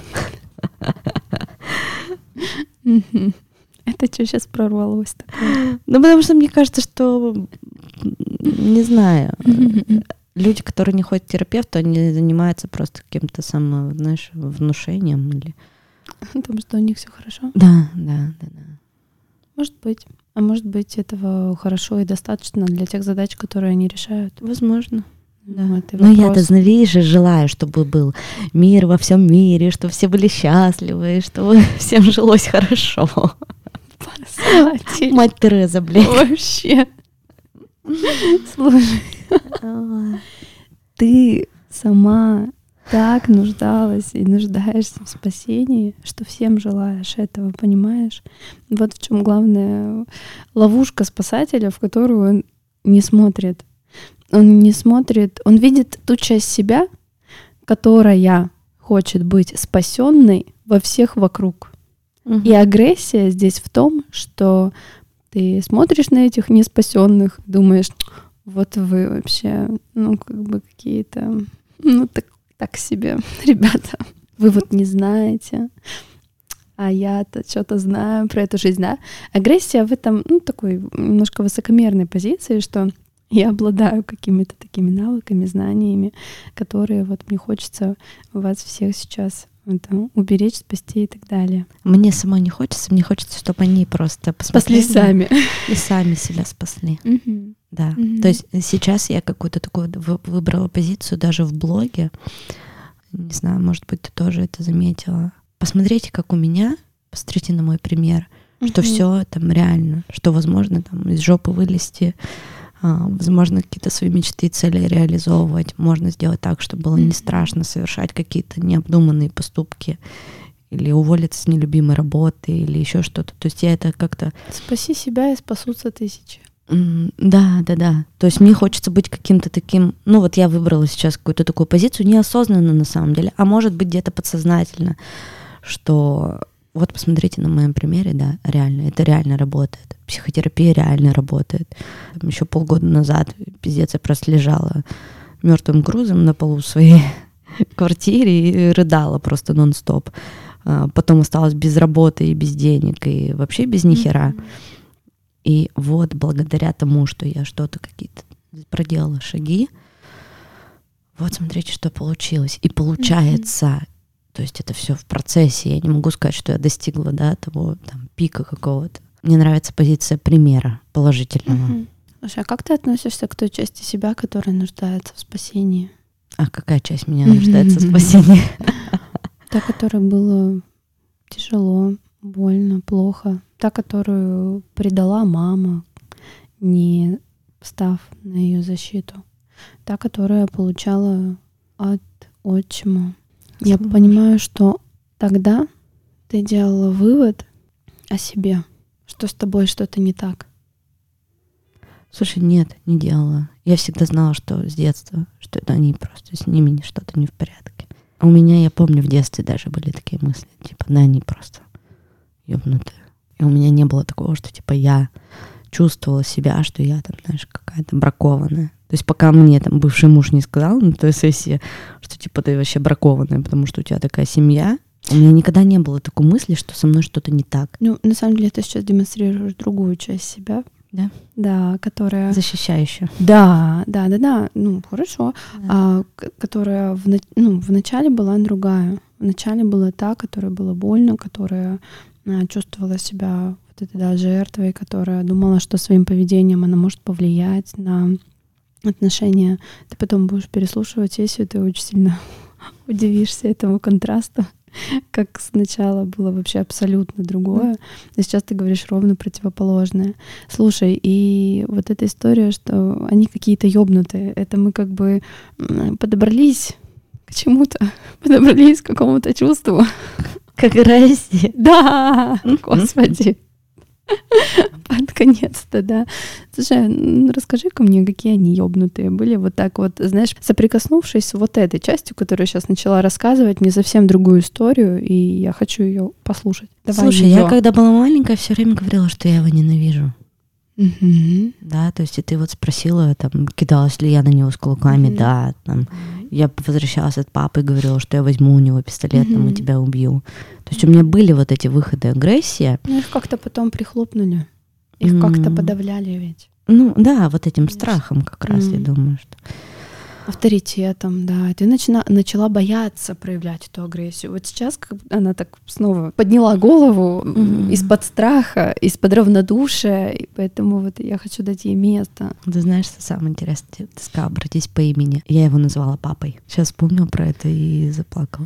Это что сейчас прорвалось такое? Потому что мне кажется, что, не знаю, люди, которые не ходят к терапевту, они занимаются просто каким-то внушением или... Потому что у них все хорошо? Да. Может быть. А может быть, этого хорошо и достаточно для тех задач, которые они решают? Возможно. Да. Но я-то, знаешь, желаю, чтобы был мир во всем мире, чтобы все были счастливы, чтобы всем жилось хорошо. Мать Тереза, блядь. Вообще. Слушай, ты сама так нуждалась и нуждаешься в спасении, что всем желаешь этого, понимаешь? Вот в чем главная ловушка спасателя, в которую он не смотрит. Он не смотрит, он видит ту часть себя, которая хочет быть спасенной во всех вокруг. И агрессия здесь в том, что ты смотришь на этих неспасенных, думаешь: вот вы вообще, какие-то, так себе, ребята, вы вот не знаете, а я-то что-то знаю про эту жизнь, да? Агрессия в этом, такой немножко высокомерной позиции, что я обладаю какими-то такими навыками, знаниями, которые вот мне хочется вас всех сейчас уберечь, спасти и так далее. Мне самой не хочется, мне хочется, чтобы они просто спасли сами. И сами себя спасли. Да. То есть сейчас я какую-то такую выбрала позицию даже в блоге. Не знаю, может быть, ты тоже это заметила. Посмотрите, как у меня, посмотрите на мой пример, что все там реально, что возможно там из жопы вылезти, возможно, какие-то свои мечты и цели реализовывать. Можно сделать так, чтобы было не страшно совершать какие-то необдуманные поступки или уволиться с нелюбимой работы или еще что-то. То есть я это как-то... Спаси себя, и спасутся тысячи. Да. То есть мне хочется быть каким-то таким... вот я выбрала сейчас какую-то такую позицию неосознанно на самом деле, а может быть где-то подсознательно, что вот посмотрите на моем примере, да, реально, это реально работает. Психотерапия реально работает. Там еще полгода назад, пиздец, я просто лежала мертвым грузом на полу своей квартире и рыдала просто нон-стоп. Потом осталась без работы и без денег, и вообще без нихера. И вот благодаря тому, что я что-то какие-то проделала шаги, вот смотрите, что получилось. И получается, то есть это все в процессе. Я не могу сказать, что я достигла, да, того там пика какого-то. Мне нравится позиция примера положительного. Слушай, а как ты относишься к той части себя, которая нуждается в спасении? А какая часть меня нуждается в спасении? Та, которой было тяжело, больно, плохо. Та, которую предала мама, не встав на ее защиту. Та, которая получала от отчима. Я понимаю, что тогда ты делала вывод о себе, что с тобой что-то не так. Слушай, нет, не делала. Я всегда знала, что с детства, что это они просто, с ними что-то не в порядке. У меня, я помню, в детстве даже были такие мысли, типа, да, они просто ёбнутые. И у меня не было такого, что, типа, я чувствовала себя, что я там, знаешь, какая-то бракованная. То есть пока мне там бывший муж не сказал на той сессии, что, типа, ты вообще бракованная, потому что у тебя такая семья, у меня никогда не было такой мысли, что со мной что-то не так. Ну, на самом деле, ты сейчас демонстрируешь другую часть себя. Да? Да, которая... Защищающая. Да, ну, хорошо. Да. Которая вначале была другая. Вначале была та, которая была больно, которая чувствовала себя вот этой, да, жертвой, которая думала, что своим поведением она может повлиять на отношения. Ты потом будешь переслушивать сессию, ты очень сильно удивишься этому контрасту, как сначала было вообще абсолютно другое, а сейчас ты говоришь ровно противоположное. Слушай, и вот эта история, что они какие-то ёбнутые, это мы как бы подобрались к чему-то, подобрались к какому-то чувству. К агрессии. Да, господи. Под конец-то, да. Слушай, расскажи-ка мне, какие они ёбнутые были. Вот так вот, знаешь, соприкоснувшись с вот этой частью, которую я сейчас начала рассказывать, мне совсем другую историю, и я хочу ее послушать. Давай. Слушай, я когда была маленькая, все время говорила, что я его ненавижу. Да, то есть и ты вот спросила, там, кидалась ли я на него с кулаками, да, там, я возвращалась от папы и говорила, что я возьму у него пистолет, там, и тебя убью. То есть у меня были вот эти выходы агрессии. Ну, их как-то потом прихлопнули, их как-то подавляли ведь. Ну, да, вот этим страхом как раз, я думаю, что... Авторитетом, да. Ты начала бояться проявлять эту агрессию. Вот сейчас она так снова подняла голову из-под страха, из-под равнодушия, и поэтому вот я хочу дать ей место. Ты знаешь, что самое интересное? Ты сказала, обратись по имени. Я его назвала папой. Сейчас вспомнила про это и заплакала.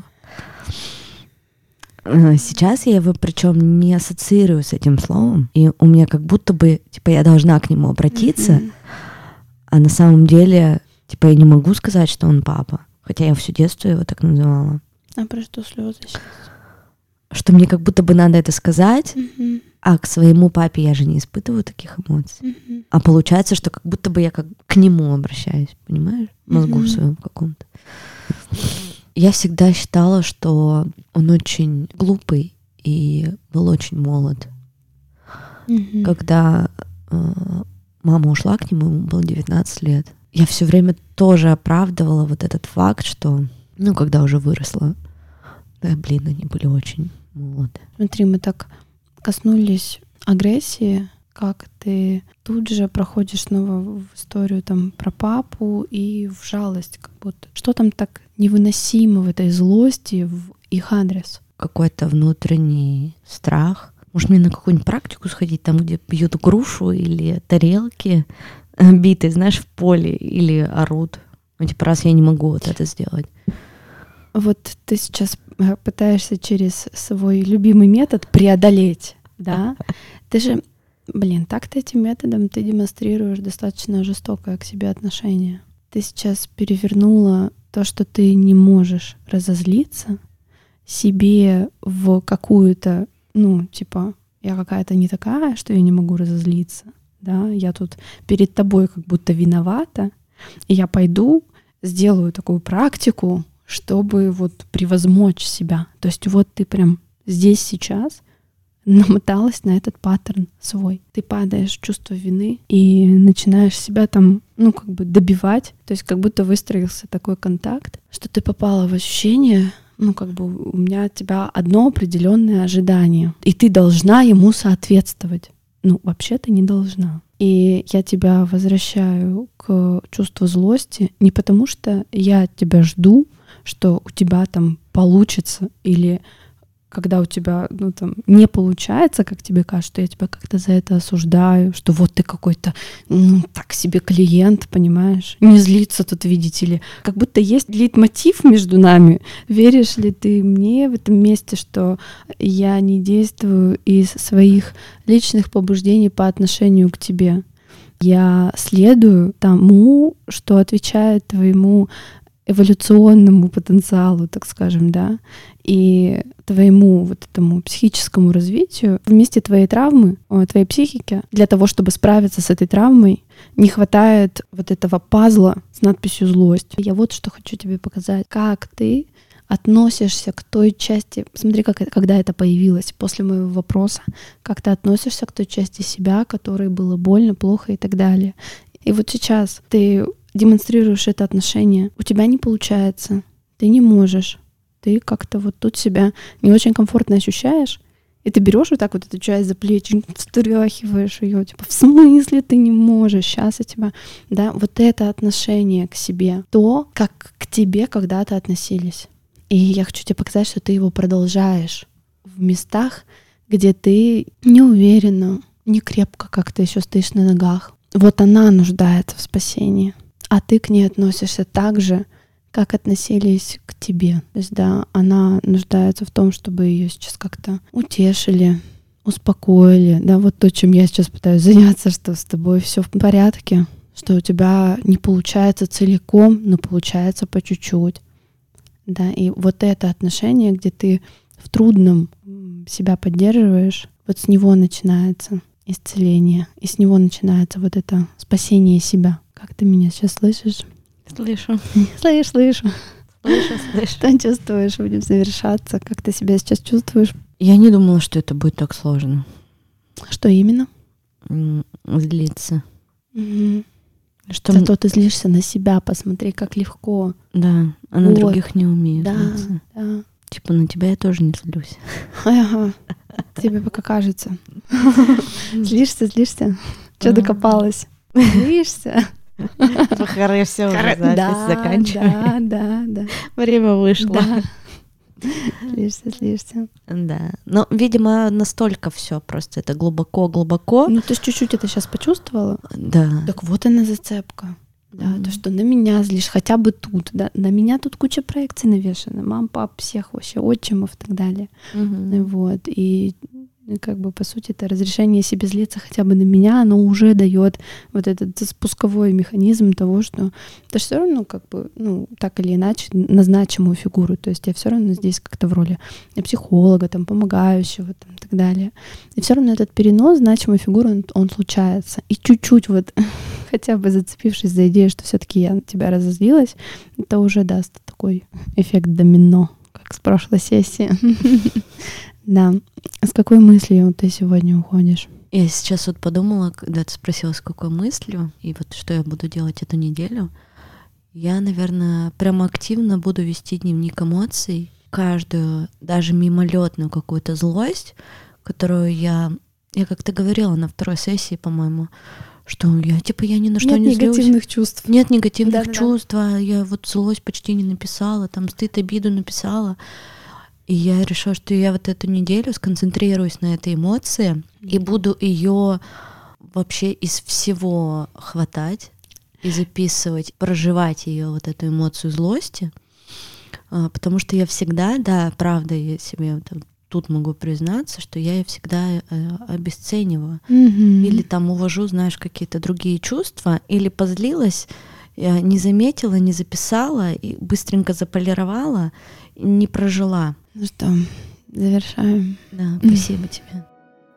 Сейчас я его причем не ассоциирую с этим словом, и у меня как будто бы, типа, я должна к нему обратиться, а на самом деле... Типа я не могу сказать, что он папа, хотя я все детство его так называла. А про что слезы сейчас? Что мне как будто бы надо это сказать, а к своему папе я же не испытываю таких эмоций. А получается, что как будто бы я как к нему обращаюсь, понимаешь? В мозгу в своем каком-то. Я всегда считала, что он очень глупый и был очень молод. Когда мама ушла к нему, ему было 19 лет. Я все время тоже оправдывала вот этот факт, что, ну, когда уже выросла, да, блин, они были очень молоды. Смотри, мы так коснулись агрессии, как ты тут же проходишь снова в историю там про папу и в жалость как будто. Что там так невыносимо в этой злости в их адрес? Какой-то внутренний страх. Может, мне на какую-нибудь практику сходить, там, где пьют грушу или тарелки биты, знаешь, в поле или орут. Ну, типа, раз я не могу вот это сделать. Вот ты сейчас пытаешься через свой любимый метод преодолеть, да? Ты же, так-то этим методом ты демонстрируешь достаточно жестокое к себе отношение. Ты сейчас перевернула то, что ты не можешь разозлиться себе в какую-то, ну, типа, я какая-то не такая, что я не могу разозлиться. Да, я тут перед тобой как будто виновата, и я пойду, сделаю такую практику, чтобы вот превозмочь себя. То есть вот ты прям здесь сейчас намоталась на этот паттерн свой. Ты падаешь в чувство вины и начинаешь себя там, добивать. То есть как будто выстроился такой контакт, что ты попала в ощущение, у меня от тебя одно определенное ожидание, и ты должна ему соответствовать. Вообще-то не должна. И я тебя возвращаю к чувству злости не потому, что я от тебя жду, что у тебя там получится, или когда у тебя не получается, как тебе кажется, что я тебя как-то за это осуждаю, что вот ты какой-то так себе клиент, понимаешь? Не злиться тут, видите ли. Как будто есть лейтмотив между нами. Веришь ли ты мне в этом месте, что я не действую из своих личных побуждений по отношению к тебе? Я следую тому, что отвечает твоему эволюционному потенциалу, так скажем, да, и твоему вот этому психическому развитию. Вместе твоей травмы, твоей психики, для того, чтобы справиться с этой травмой, не хватает вот этого пазла с надписью «злость». Я вот что хочу тебе показать. Как ты относишься к той части, смотри, когда это появилось, после моего вопроса, как ты относишься к той части себя, которой было больно, плохо и так далее. И вот сейчас ты демонстрируешь это отношение, у тебя не получается, ты не можешь, ты как-то вот тут себя не очень комфортно ощущаешь, и ты берешь вот так вот эту часть за плечи, встряхиваешь ее, типа, в смысле ты не можешь, сейчас я тебя, да, вот это отношение к себе, то, как к тебе когда-то относились. И я хочу тебе показать, что ты его продолжаешь в местах, где ты не уверена, не крепко как-то еще стоишь на ногах. Вот она нуждается в спасении, а ты к ней относишься так же, как относились к тебе. То есть, да, она нуждается в том, чтобы ее сейчас как-то утешили, успокоили. Да, вот то, чем я сейчас пытаюсь заняться, что с тобой все в порядке, что у тебя не получается целиком, но получается по чуть-чуть. Да, и вот это отношение, где ты в трудном себя поддерживаешь, вот с него начинается исцеление, и с него начинается вот это спасение себя. Как ты меня сейчас слышишь? Слышу. Слышу. Слышу. Что чувствуешь? Будем завершаться. Как ты себя сейчас чувствуешь? Я не думала, что это будет так сложно. Что именно? Злиться. Угу. Зато ты злишься на себя, посмотри, как легко. Да, а на других не умею злиться. Да. Типа на тебя я тоже не злюсь. Ага, тебе пока кажется. Злишься? Что докопалась? Злишься? Похоре, все уже запись заканчиваем. Да. Время вышло. Злишься. Да. Но, видимо, настолько все просто. Это глубоко. Ну, ты ж чуть-чуть это сейчас почувствовала? Да. Так вот она зацепка. Да, то, что на меня злишь, хотя бы тут, да, на меня тут куча проекций навешана, мам, пап, всех вообще, отчимов и так далее. Вот, и как бы, по сути, это разрешение себе злиться хотя бы на меня, оно уже дает вот этот спусковой механизм того, что ты все равно, как бы, так или иначе, на значимую фигуру, то есть я все равно здесь как-то в роли психолога, там, помогающего, там, и так далее. И все равно этот перенос значимой фигуры, он случается. И чуть-чуть вот, хотя бы зацепившись за идею, что все-таки я на тебя разозлилась, это уже даст такой эффект домино, как с прошлой сессии. Да. С какой мыслью ты сегодня уходишь? Я сейчас вот подумала, когда ты спросила, с какой мыслью, и вот что я буду делать эту неделю, я, наверное, прямо активно буду вести дневник эмоций, каждую, даже мимолетную какую-то злость, которую я как-то говорила на второй сессии, по-моему, что я ни на что не злюсь. Нет негативных чувств. Нет негативных чувств, я вот злость почти не написала, там стыд, обиду написала. И я решила, что я вот эту неделю сконцентрируюсь на этой эмоции и буду ее вообще из всего хватать и записывать, проживать ее, вот эту эмоцию злости, потому что я всегда, да, правда, я себе тут могу признаться, что я ее всегда обесцениваю или там увожу, знаешь, какие-то другие чувства, или позлилась, я не заметила, не записала и быстренько заполировала, не прожила. Ну что, завершаем. Да, спасибо тебе.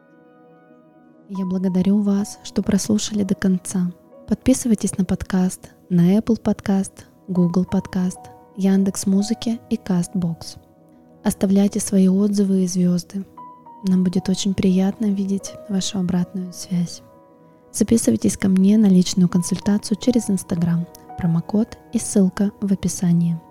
Я благодарю вас, что прослушали до конца. Подписывайтесь на подкаст, на Apple Podcast, Google Podcast Яндекс.Музыке и Castbox. Оставляйте свои отзывы и звезды. Нам будет очень приятно видеть вашу обратную связь. Записывайтесь ко мне на личную консультацию через Instagram. Промокод и ссылка в описании.